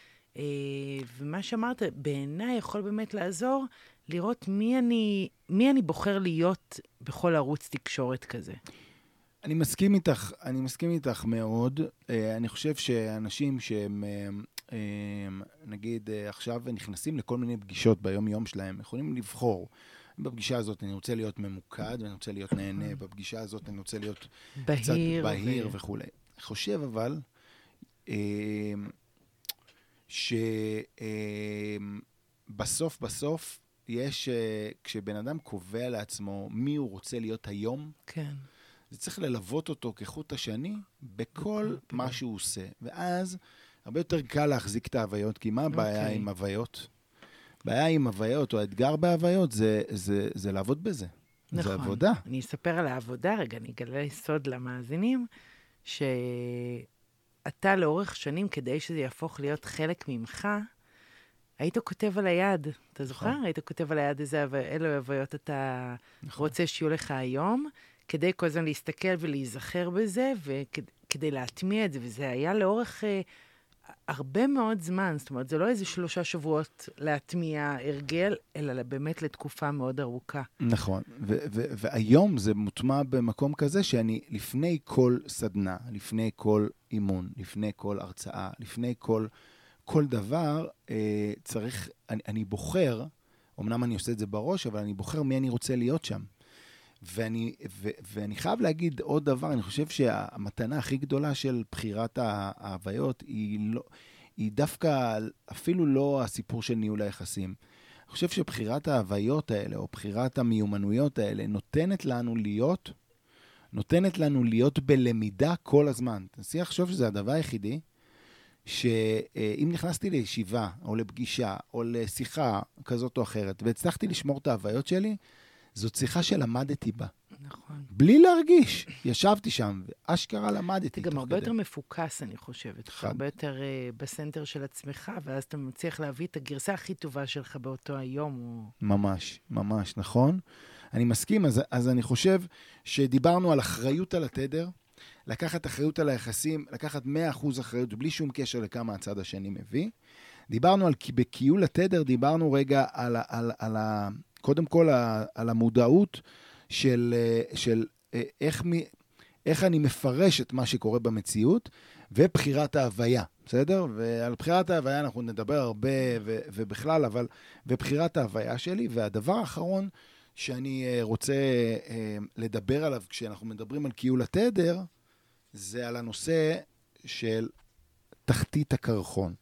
ומה שאמרת, בעיניי יכול באמת לעזור לראות מי אני, מי אני בוחר להיות בכל ערוץ תקשורת כזה. אני מסכים איתך, אני מסכים איתך מאוד. אני חושב שאנשים שהם, נגיד, עכשיו נכנסים לכל מיני פגישות ביום-יום שלהם, יכולים לבחור. בפגישה הזאת אני רוצה להיות ממוקד, ואני רוצה להיות נהנה. בפגישה הזאת אני רוצה להיות בהיר קצת בהיר ו... וכו'. אני חושב אבל, שבסוף בסוף יש, כשבן אדם קובע לעצמו מי הוא רוצה להיות היום, כן. זה צריך ללוות אותו כחוט השני בכל מה שהוא עושה. ואז הרבה יותר קל להחזיק את ההוויות, כי מה הבעיה עם הוויות? בעיה עם הוויות, או האתגר בהוויות, זה, זה, זה לעבוד בזה. נכון. זה עבודה. אני אספר על העבודה, רגע, אני אגלה סוד למאזינים, שאתה לאורך שנים, כדי שזה יהפוך להיות חלק ממך, היית כותב על היד, אתה זוכר? נכון. היית כותב על היד איזה, אילו הוויות אתה נכון. רוצה שיהיו לך היום, כדי כל הזמן להסתכל ולהיזכר בזה, וכדי להטמיע את זה, וזה היה לאורך אה, הרבה מאוד זמן, זאת אומרת, זה לא איזה שלושה שבועות להטמיע הרגל, אלא באמת לתקופה מאוד ארוכה. נכון, ו- ו- והיום זה מוטמע במקום כזה, שאני לפני כל סדנה, לפני כל אימון, לפני כל הרצאה, לפני כל, כל דבר, אה, צריך, אני, אני בוחר, אמנם אני עושה את זה בראש, אבל אני בוחר מי אני רוצה להיות שם. ואני, ו, ואני חייב להגיד עוד דבר, אני חושב שהמתנה הכי גדולה של בחירת ההוויות היא, לא, היא דווקא אפילו לא הסיפור של ניהול היחסים. אני חושב שבחירת ההוויות האלה, או בחירת המיומנויות האלה, נותנת לנו להיות, נותנת לנו להיות בלמידה כל הזמן. תנסי לחשוב שזה הדבר היחידי, שאם נכנסתי לישיבה, או לפגישה, או לשיחה כזאת או אחרת, והצלחתי לשמור את ההוויות שלי, זאת שיחה שלמדתי בה. נכון. בלי להרגיש. ישבתי שם, ואשכרה למדתי. אתה גם הרבה יותר מפוקס, אני חושבת. הרבה יותר uh, בסנטר של עצמך, ואז אתה מצליח להביא את הגרסה הכי טובה שלך באותו היום. או... ממש, ממש, נכון. אני מסכים, אז, אז אני חושב שדיברנו על אחריות על התדר, לקחת אחריות על היחסים, לקחת מאה אחוז אחריות, בלי שום קשר לכמה הצד השני מביא. דיברנו על, בקיול התדר, דיברנו רגע על, על, על, על ה... קודם כל, על המודעות של, של איך, איך אני מפרש את מה שקורה במציאות, ובחירת ההוויה, בסדר? ועל בחירת ההוויה אנחנו נדבר הרבה ו, ובכלל, אבל, ובחירת ההוויה שלי, והדבר האחרון שאני רוצה לדבר עליו, כשאנחנו מדברים על קיול התדר, זה על הנושא של תחתית הקרחון.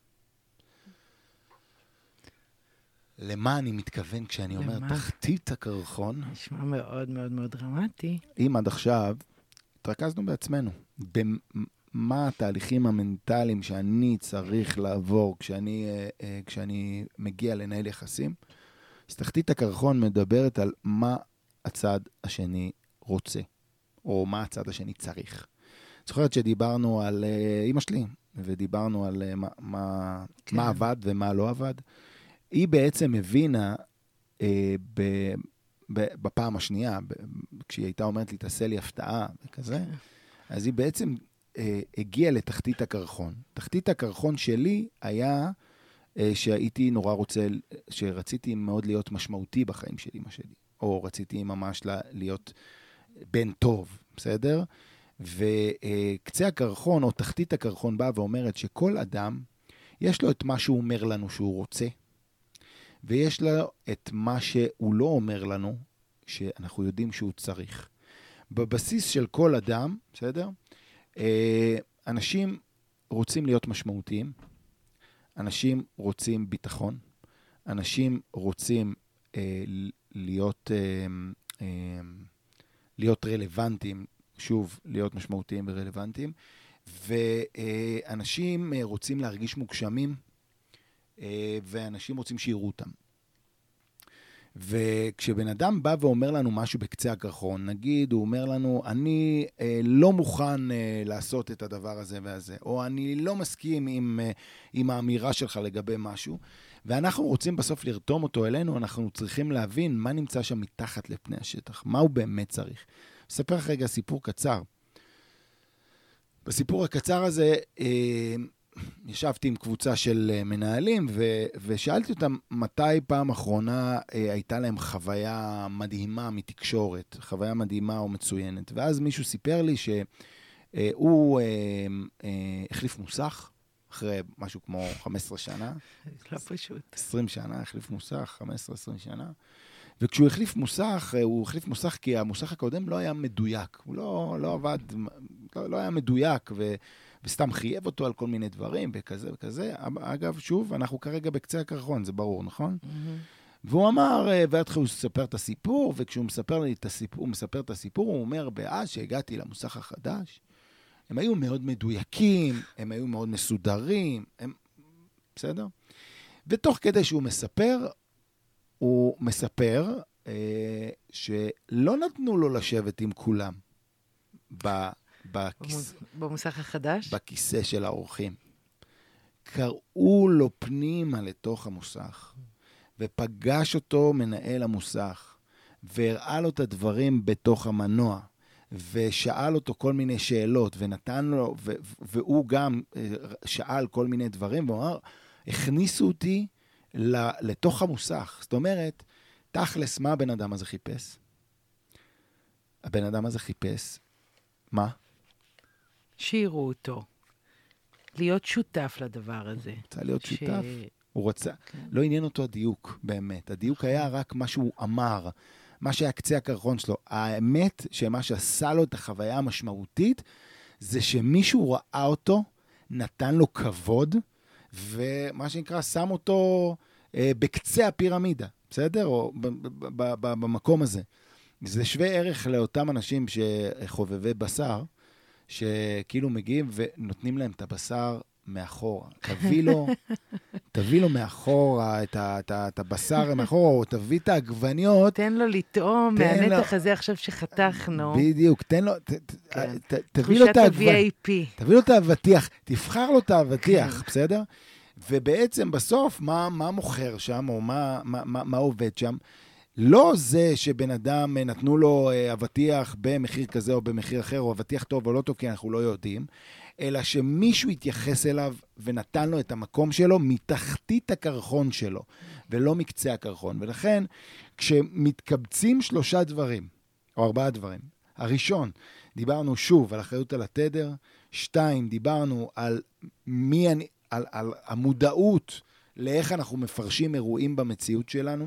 למה אני מתכוון כשאני למה? אומר תחתית הקרחון? נשמע מאוד מאוד מאוד דרמטי. אם עד עכשיו התרכזנו בעצמנו, במה התהליכים המנטליים שאני צריך לעבור כשאני, כשאני מגיע לנהל יחסים, אז תחתית הקרחון מדברת על מה הצד השני רוצה, או מה הצד השני צריך. זוכרת שדיברנו על אמא שלי, ודיברנו על מה, מה, כן. מה עבד ומה לא עבד. היא בעצם הבינה אה, ב, ב, בפעם השנייה, ב, כשהיא הייתה אומרת לי, תעשה לי הפתעה וכזה, אז היא בעצם אה, הגיעה לתחתית הקרחון. תחתית הקרחון שלי היה אה, שהייתי נורא רוצה, שרציתי מאוד להיות משמעותי בחיים של אמא שלי, או רציתי ממש לה, להיות בן טוב, בסדר? וקצה הקרחון, או תחתית הקרחון באה ואומרת שכל אדם, יש לו את מה שהוא אומר לנו שהוא רוצה, ויש לו את מה שהוא לא אומר לנו, שאנחנו יודעים שהוא צריך. בבסיס של כל אדם, בסדר? אנשים רוצים להיות משמעותיים, אנשים רוצים ביטחון, אנשים רוצים אה, להיות, אה, אה, להיות רלוונטיים, שוב, להיות משמעותיים ורלוונטיים, ואנשים רוצים להרגיש מוגשמים, ואנשים רוצים שיראו אותם. וכשבן אדם בא ואומר לנו משהו בקצה הקרחון, נגיד, הוא אומר לנו, אני אה, לא מוכן אה, לעשות את הדבר הזה והזה, או אני לא מסכים עם, אה, עם האמירה שלך לגבי משהו, ואנחנו רוצים בסוף לרתום אותו אלינו, אנחנו צריכים להבין מה נמצא שם מתחת לפני השטח, מה הוא באמת צריך. אספר לך רגע סיפור קצר. בסיפור הקצר הזה, אה, ישבתי עם קבוצה של מנהלים, ו- ושאלתי אותם מתי פעם אחרונה אה, הייתה להם חוויה מדהימה מתקשורת, חוויה מדהימה או מצוינת. ואז מישהו סיפר לי שהוא אה, אה, החליף מוסך, אחרי משהו כמו חמש עשרה שנה. לא פשוט. עשרים שנה, החליף מוסך, חמש עשרה עשרים שנה. וכשהוא החליף מוסך, הוא החליף מוסך כי המוסך הקודם לא היה מדויק. הוא לא, לא עבד, לא, לא היה מדויק, ו, וסתם חייב אותו על כל מיני דברים, וכזה וכזה. אגב, שוב, אנחנו כרגע בקצה הקרחון, זה ברור, נכון? Mm-hmm. והוא אמר, ועד הוא מספר את הסיפור, וכשהוא מספר לי את הסיפור, הוא מספר את הסיפור, הוא אומר, באז שהגעתי למוסך החדש, הם היו מאוד מדויקים, הם היו מאוד מסודרים, הם... בסדר? ותוך כדי שהוא מספר, הוא מספר אה, שלא נתנו לו לשבת עם כולם ב, בכיס, במוסך החדש? בכיסא של האורחים. קראו לו פנימה לתוך המוסך, ופגש אותו מנהל המוסך, והראה לו את הדברים בתוך המנוע, ושאל אותו כל מיני שאלות, ונתן לו, ו- והוא גם שאל כל מיני דברים, והוא אמר, הכניסו אותי לתוך המוסך. זאת אומרת, תכלס, מה הבן אדם הזה חיפש? הבן אדם הזה חיפש, מה? שירו אותו. להיות שותף לדבר הזה. רוצה להיות ש... שותף. הוא רוצה, כן. לא עניין אותו הדיוק, באמת. הדיוק היה רק מה שהוא אמר, מה שהיה קצה הקרחון שלו. האמת שמה שעשה לו את החוויה המשמעותית, זה שמישהו ראה אותו, נתן לו כבוד, ומה שנקרא, שם אותו אה, בקצה הפירמידה, בסדר? או ב- ב- ב- ב- במקום הזה. זה שווה ערך לאותם אנשים שחובבי בשר, שכאילו מגיעים ונותנים להם את הבשר מאחורה. תביא לו, תביא לו מאחורה את, ה, את, ה, את הבשר מאחורה, או תביא את העגבניות. תן לו לטעום מהנתח הזה עכשיו שחתכנו. בדיוק, תן לו, ת, כן. ת, תביא לו את העגבניות. תביא לו את האבטיח, תבחר לו את האבטיח, בסדר? ובעצם בסוף, מה, מה מוכר שם, או מה, מה, מה, מה עובד שם? לא זה שבן אדם נתנו לו אבטיח במחיר כזה או במחיר אחר, או אבטיח טוב או לא טוב, כי אנחנו לא יודעים, אלא שמישהו התייחס אליו ונתן לו את המקום שלו מתחתית הקרחון שלו, ולא מקצה הקרחון. ולכן, כשמתקבצים שלושה דברים, או ארבעה דברים, הראשון, דיברנו שוב על אחריות על התדר, שתיים, דיברנו על, מי, על, על המודעות לאיך אנחנו מפרשים אירועים במציאות שלנו,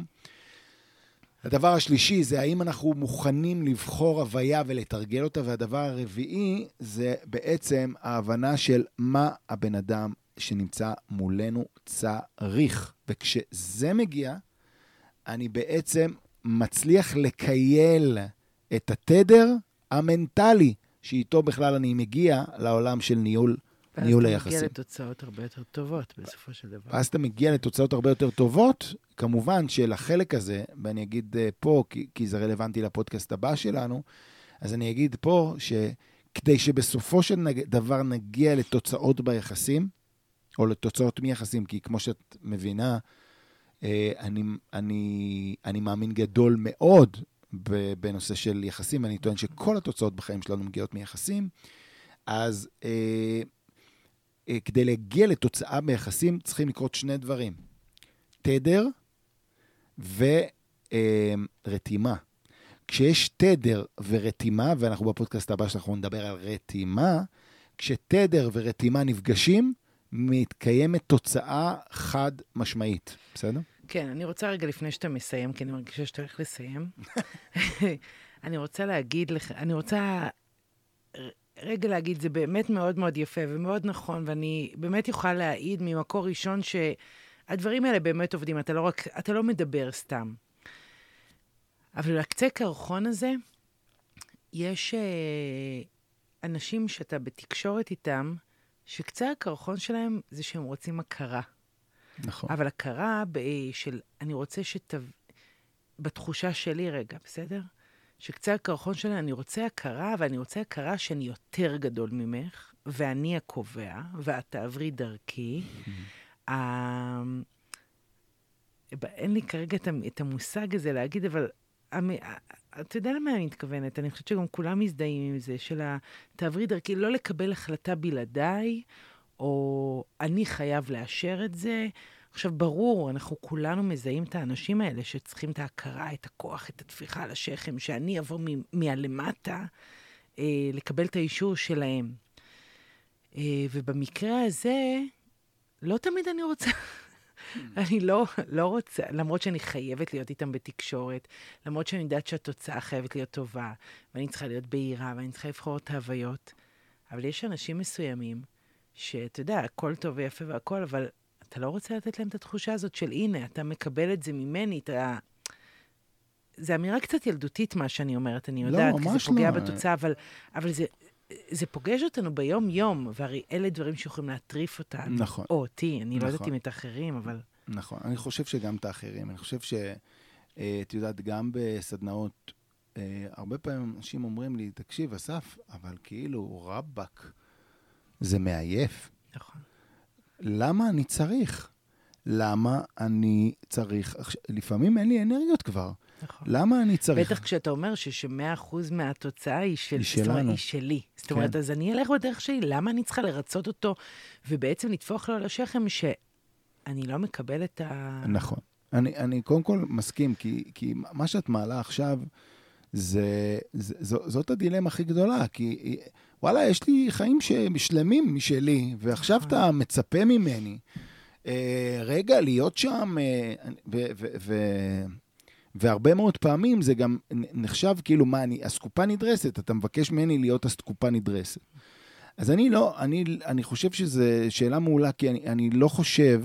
הדבר השלישי זה האם אנחנו מוכנים לבחור הוויה ולתרגל אותה, והדבר הרביעי זה בעצם ההבנה של מה הבן אדם שנמצא מולנו צריך. וכשזה מגיע, אני בעצם מצליח לקייל את התדר המנטלי, שאיתו בכלל אני מגיע לעולם של ניהול ניהול היחסים. ואז אתה מגיע לתוצאות הרבה יותר טובות בסופו של דבר. ואז אתה מגיע לתוצאות הרבה יותר טובות, כמובן שלחלק הזה, ואני אגיד פה, כי, כי זה רלוונטי לפודקאסט הבא שלנו, אז אני אגיד פה שכדי שבסופו של דבר נגיע לתוצאות ביחסים, או לתוצאות מיחסים, כי כמו שאת מבינה, אני, אני, אני מאמין גדול מאוד בנושא של יחסים, אני טוען שכל התוצאות בחיים שלנו מגיעות מיחסים, אז כדי להגיע לתוצאה ביחסים, צריכים לקרות שני דברים. תדר ורתימה. כשיש תדר ורתימה, ואנחנו בפודקאסט הבא שאנחנו נדבר על רתימה, כשתדר ורתימה נפגשים, מתקיימת תוצאה חד משמעית. בסדר? כן, אני רוצה רגע לפני שאתה מסיים, כי אני מרגישה שאתה הולך לסיים. אני רוצה להגיד לך, אני רוצה רגע להגיד, זה באמת מאוד מאוד יפה ומאוד נכון, ואני באמת יכולה להעיד ממקור ראשון שהדברים האלה באמת עובדים, אתה לא רק, אתה לא מדבר סתם. אבל לקצה קרחון הזה, יש אה, אנשים שאתה בתקשורת איתם, שקצה הקרחון שלהם זה שהם רוצים הכרה. נכון. אבל הכרה ב- של, אני רוצה שתב... בתחושה שלי רגע, בסדר? שקצה הקרחון שלי, אני רוצה הכרה, ואני רוצה הכרה שאני יותר גדול ממך, ואני הקובע, ואת תעברי דרכי. Mm-hmm. ה... אין לי כרגע את המושג הזה להגיד, אבל אתה יודע למה אני מתכוונת? אני חושבת שגם כולם מזדהים עם זה, של תעברי דרכי, לא לקבל החלטה בלעדיי, או אני חייב לאשר את זה. עכשיו, ברור, אנחנו כולנו מזהים את האנשים האלה שצריכים את ההכרה, את הכוח, את התפיחה על השכם, שאני אבוא מ- מהלמטה אה, לקבל את האישור שלהם. אה, ובמקרה הזה, לא תמיד אני רוצה. אני לא, לא רוצה, למרות שאני חייבת להיות איתם בתקשורת, למרות שאני יודעת שהתוצאה חייבת להיות טובה, ואני צריכה להיות בהירה, ואני צריכה לבחור את ההוויות. אבל יש אנשים מסוימים, שאתה יודע, הכל טוב ויפה והכל, אבל אתה לא רוצה לתת להם את התחושה הזאת של, הנה, אתה מקבל את זה ממני, אתה... זה אמירה קצת ילדותית, מה שאני אומרת, אני יודעת, לא, כי זה פוגע לא. בתוצאה, אבל, אבל זה, זה פוגש אותנו ביום-יום, והרי אלה דברים שיכולים להטריף אותנו. נכון. או אותי, אני נכון. לא יודעת אם את האחרים, אבל... נכון, אני חושב שגם את האחרים. אני חושב ש... את יודעת, גם בסדנאות, הרבה פעמים אנשים אומרים לי, תקשיב, אסף, אבל כאילו, רבק, זה מעייף. נכון. למה אני צריך? למה אני צריך? לפעמים אין לי אנרגיות כבר. נכון. למה אני צריך? בטח כשאתה אומר ש-מאה אחוז מהתוצאה היא, של... היא שלנו. זאת אומרת, היא שלי. זאת אומרת, כן. אז אני אלך בדרך שלי, למה אני צריכה לרצות אותו, ובעצם לתפוח לו על השכם שאני לא מקבל את ה... נכון. אני, אני קודם כל מסכים, כי, כי מה שאת מעלה עכשיו, זה, זה, זו, זאת הדילמה הכי גדולה, כי וואלה, יש לי חיים שלמים משלי, ועכשיו אתה מצפה ממני, אה, רגע, להיות שם, אה, ו, ו, ו, והרבה מאוד פעמים זה גם נחשב כאילו, מה, אני, הסקופה נדרסת, אתה מבקש ממני להיות הסקופה נדרסת. אז אני לא, אני, אני חושב שזו שאלה מעולה, כי אני, אני לא חושב,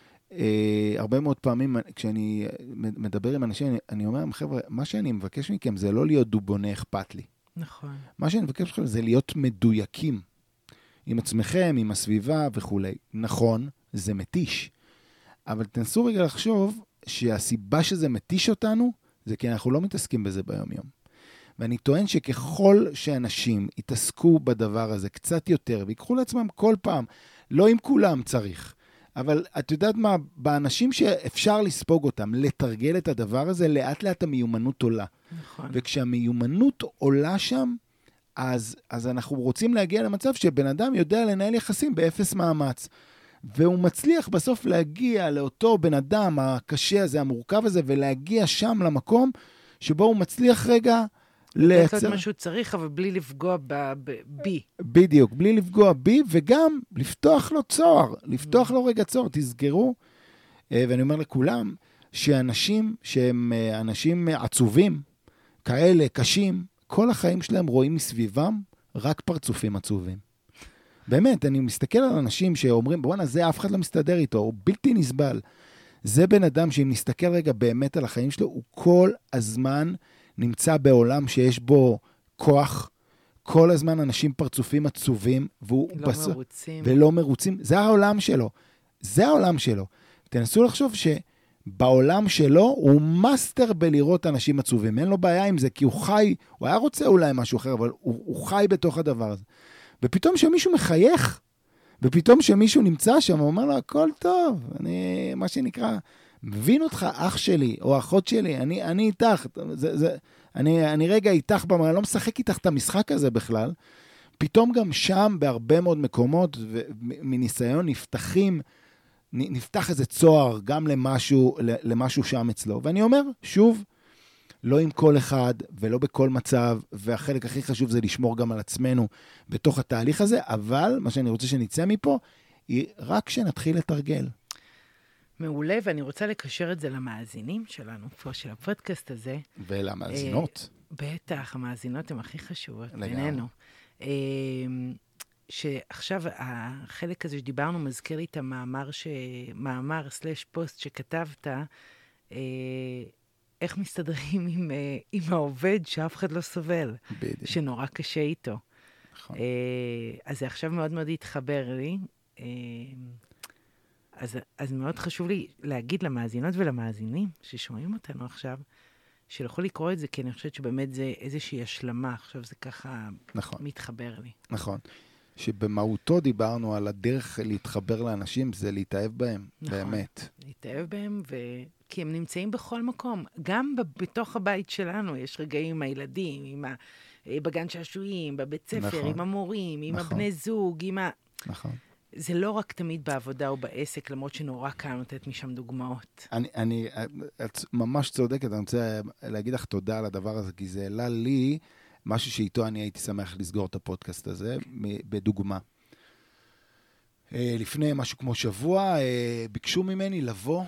אה, הרבה מאוד פעמים כשאני מדבר עם אנשים, אני, אני אומר, חבר'ה, מה שאני מבקש מכם זה לא להיות דובוני אכפת לי. נכון. מה שאני מבקש מכם זה להיות מדויקים עם עצמכם, עם הסביבה וכו'. נכון, זה מתיש. אבל תנסו רגע לחשוב שהסיבה שזה מתיש אותנו, זה כי אנחנו לא מתעסקים בזה ביום יום. ואני טוען שככל שאנשים יתעסקו בדבר הזה קצת יותר, ויקחו לעצמם כל פעם, לא עם כולם צריך, אבל את יודעת מה, באנשים שאפשר לספוג אותם, לתרגל את הדבר הזה, לאט לאט המיומנות עולה. נכון. וכשהמיומנות עולה שם, אז, אז אנחנו רוצים להגיע למצב שבן אדם יודע לנהל יחסים באפס מאמץ. והוא מצליח בסוף להגיע לאותו בן אדם הקשה הזה, המורכב הזה, ולהגיע שם למקום שבו הוא מצליח רגע לייצר... לתת מה שהוא צריך, אבל בלי לפגוע בי. בדיוק, בלי לפגוע בי, וגם לפתוח לו צוהר, לפתוח לו רגע צוהר. תסגרו, ואני אומר לכולם, שאנשים שהם אנשים עצובים, כאלה, קשים, כל החיים שלהם רואים מסביבם רק פרצופים עצובים. באמת, אני מסתכל על אנשים שאומרים, בואנה, זה אף אחד לא מסתדר איתו, הוא בלתי נסבל. זה בן אדם שאם נסתכל רגע באמת על החיים שלו, הוא כל הזמן נמצא בעולם שיש בו כוח, כל הזמן אנשים פרצופים עצובים, והוא לא בס... מרוצים. ולא מרוצים. זה העולם שלו. זה העולם שלו. תנסו לחשוב שבעולם שלו הוא מאסטר בלראות אנשים עצובים. אין לו בעיה עם זה, כי הוא חי, הוא היה רוצה אולי משהו אחר, אבל הוא, הוא חי בתוך הדבר הזה. ופתאום שמישהו מחייך, ופתאום שמישהו נמצא שם, הוא אומר לו, הכל טוב, אני, מה שנקרא, מבין אותך, אח שלי, או אחות שלי, אני, אני איתך, זה, זה, אני, אני רגע איתך, אני לא משחק איתך את המשחק הזה בכלל, פתאום גם שם, בהרבה מאוד מקומות, מניסיון נפתחים, נפתח איזה צוהר, גם למשהו, למשהו שם אצלו, ואני אומר, שוב, לא עם כל אחד ולא בכל מצב, והחלק הכי חשוב זה לשמור גם על עצמנו בתוך התהליך הזה, אבל מה שאני רוצה שנצא מפה, היא רק שנתחיל לתרגל. מעולה, ואני רוצה לקשר את זה למאזינים שלנו, פה של הפודקאסט הזה. ולמאזינות. בטח, המאזינות הן הכי חשובות בינינו. שעכשיו החלק הזה שדיברנו מזכיר לי את המאמר, מאמר סלש פוסט שכתבת, איך מסתדרים עם, עם העובד שאף אחד לא סובל, בדיוק. שנורא קשה איתו. נכון. אז זה עכשיו מאוד מאוד התחבר לי. אז, אז מאוד חשוב לי להגיד למאזינות ולמאזינים ששומעים אותנו עכשיו, שלכו לקרוא את זה, כי אני חושבת שבאמת זה איזושהי השלמה. עכשיו זה ככה נכון. מתחבר לי. נכון. שבמהותו דיברנו על הדרך להתחבר לאנשים, זה להתאהב בהם, נכון. באמת. להתאהב בהם, ו... כי הם נמצאים בכל מקום. גם בתוך הבית שלנו יש רגעים עם הילדים, עם ה... בגן שעשועים, בבית ספר, נכון. עם המורים, עם נכון. הבני זוג, עם ה... נכון. זה לא רק תמיד בעבודה או בעסק, למרות שנורא קל לתת משם דוגמאות. אני, אני, את ממש צודקת, אני רוצה להגיד לך תודה על הדבר הזה, כי זה העלה לי משהו שאיתו אני הייתי שמח לסגור את הפודקאסט הזה, בדוגמה. לפני משהו כמו שבוע, ביקשו ממני לבוא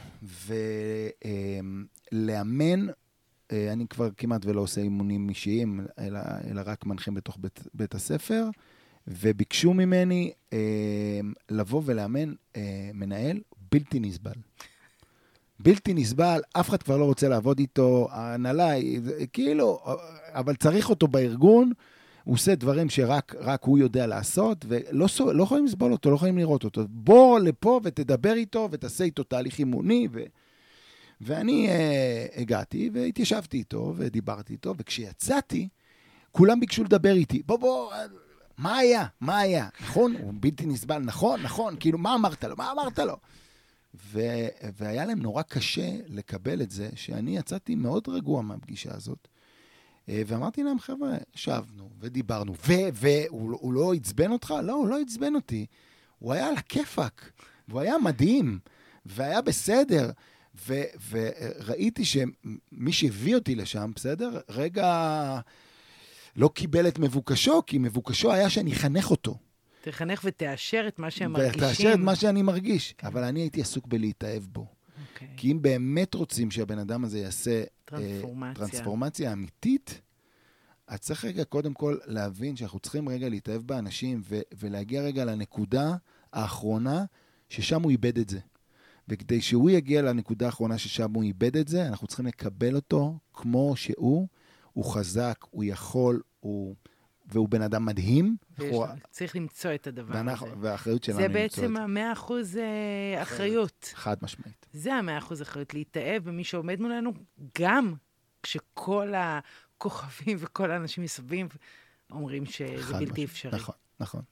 ולאמן, אני כבר כמעט ולא עושה אימונים אישיים, אלא, אלא רק מנחים בתוך בית, בית הספר, וביקשו ממני לבוא ולאמן מנהל בלתי נסבל. בלתי נסבל, אף אחד כבר לא רוצה לעבוד איתו, ההנהלה, כאילו, אבל צריך אותו בארגון, הוא עושה דברים שרק רק הוא יודע לעשות, ולא לא יכולים לסבול אותו, לא יכולים לראות אותו. בוא לפה ותדבר איתו, ותעשה איתו תהליך אימוני, ו... ואני אה, הגעתי, והתיישבתי איתו, ודיברתי איתו, וכשיצאתי, כולם ביקשו לדבר איתי. בוא, בוא, מה היה? מה היה? נכון? הוא בלתי נסבל, נכון? נכון? כאילו, מה אמרת לו? מה אמרת לו? ו... והיה להם נורא קשה לקבל את זה, שאני יצאתי מאוד רגוע מהפגישה הזאת, ואמרתי להם, חבר'ה, שבנו ודיברנו, והוא לא עצבן אותך? לא, הוא לא עצבן אותי. הוא היה על הכיפק, והוא היה מדהים, והיה בסדר, ו- וראיתי שמי שהביא אותי לשם, בסדר, רגע לא קיבל את מבוקשו, כי מבוקשו היה שאני אחנך אותו. תחנך ותאשר את מה שהם מרגישים. ותאשר את מה שאני מרגיש, כן. אבל אני הייתי עסוק בלהתאהב בו. Okay. כי אם באמת רוצים שהבן אדם הזה יעשה טרנספורמציה, טרנספורמציה אמיתית, אז צריך רגע קודם כל להבין שאנחנו צריכים רגע להתאהב באנשים, ו- ולהגיע רגע לנקודה האחרונה ששם הוא איבד את זה. וכדי שהוא יגיע לנקודה האחרונה ששם הוא איבד את זה, אנחנו צריכים לקבל אותו כמו שהוא, הוא חזק, הוא יכול, הוא... והוא בן אדם מדהים. הוא... צריך למצוא את הדבר ואנחנו, הזה. והאחריות שלנו למצוא את זה. זה בעצם המאה אחוז אחריות. חד משמעית. זה המאה אחוז אחריות, להתאהב במי שעומד מולנו, גם כשכל הכוכבים וכל האנשים מסביב אומרים שזה בלתי אפשרי. נכון, נכון.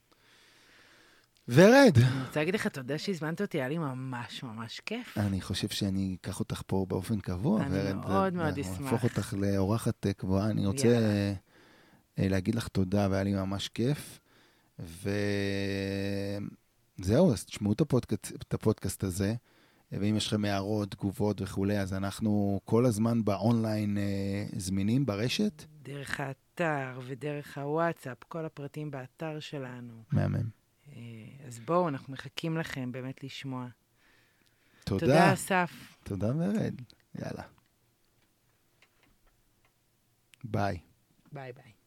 ורד. אני רוצה להגיד לך, אתה יודע שהזמנת אותי, היה לי ממש ממש כיף. אני חושב שאני אקח אותך פה באופן קבוע. אני מאוד מאוד אשמח. להפוך אותך לאורחת קבועה. אני רוצה להגיד לך תודה, והיה לי ממש כיף. וזהו, אז תשמעו את הפודקאסט הזה, ואם יש לכם הערות, תגובות וכו', אז אנחנו כל הזמן באונליין זמינים ברשת. דרך האתר ודרך הוואטסאפ, כל הפרטים באתר שלנו. מהמם. אז בואו, אנחנו מחכים לכם באמת לשמוע. תודה. תודה, אסף. תודה, ורד. יאללה. ביי. ביי ביי.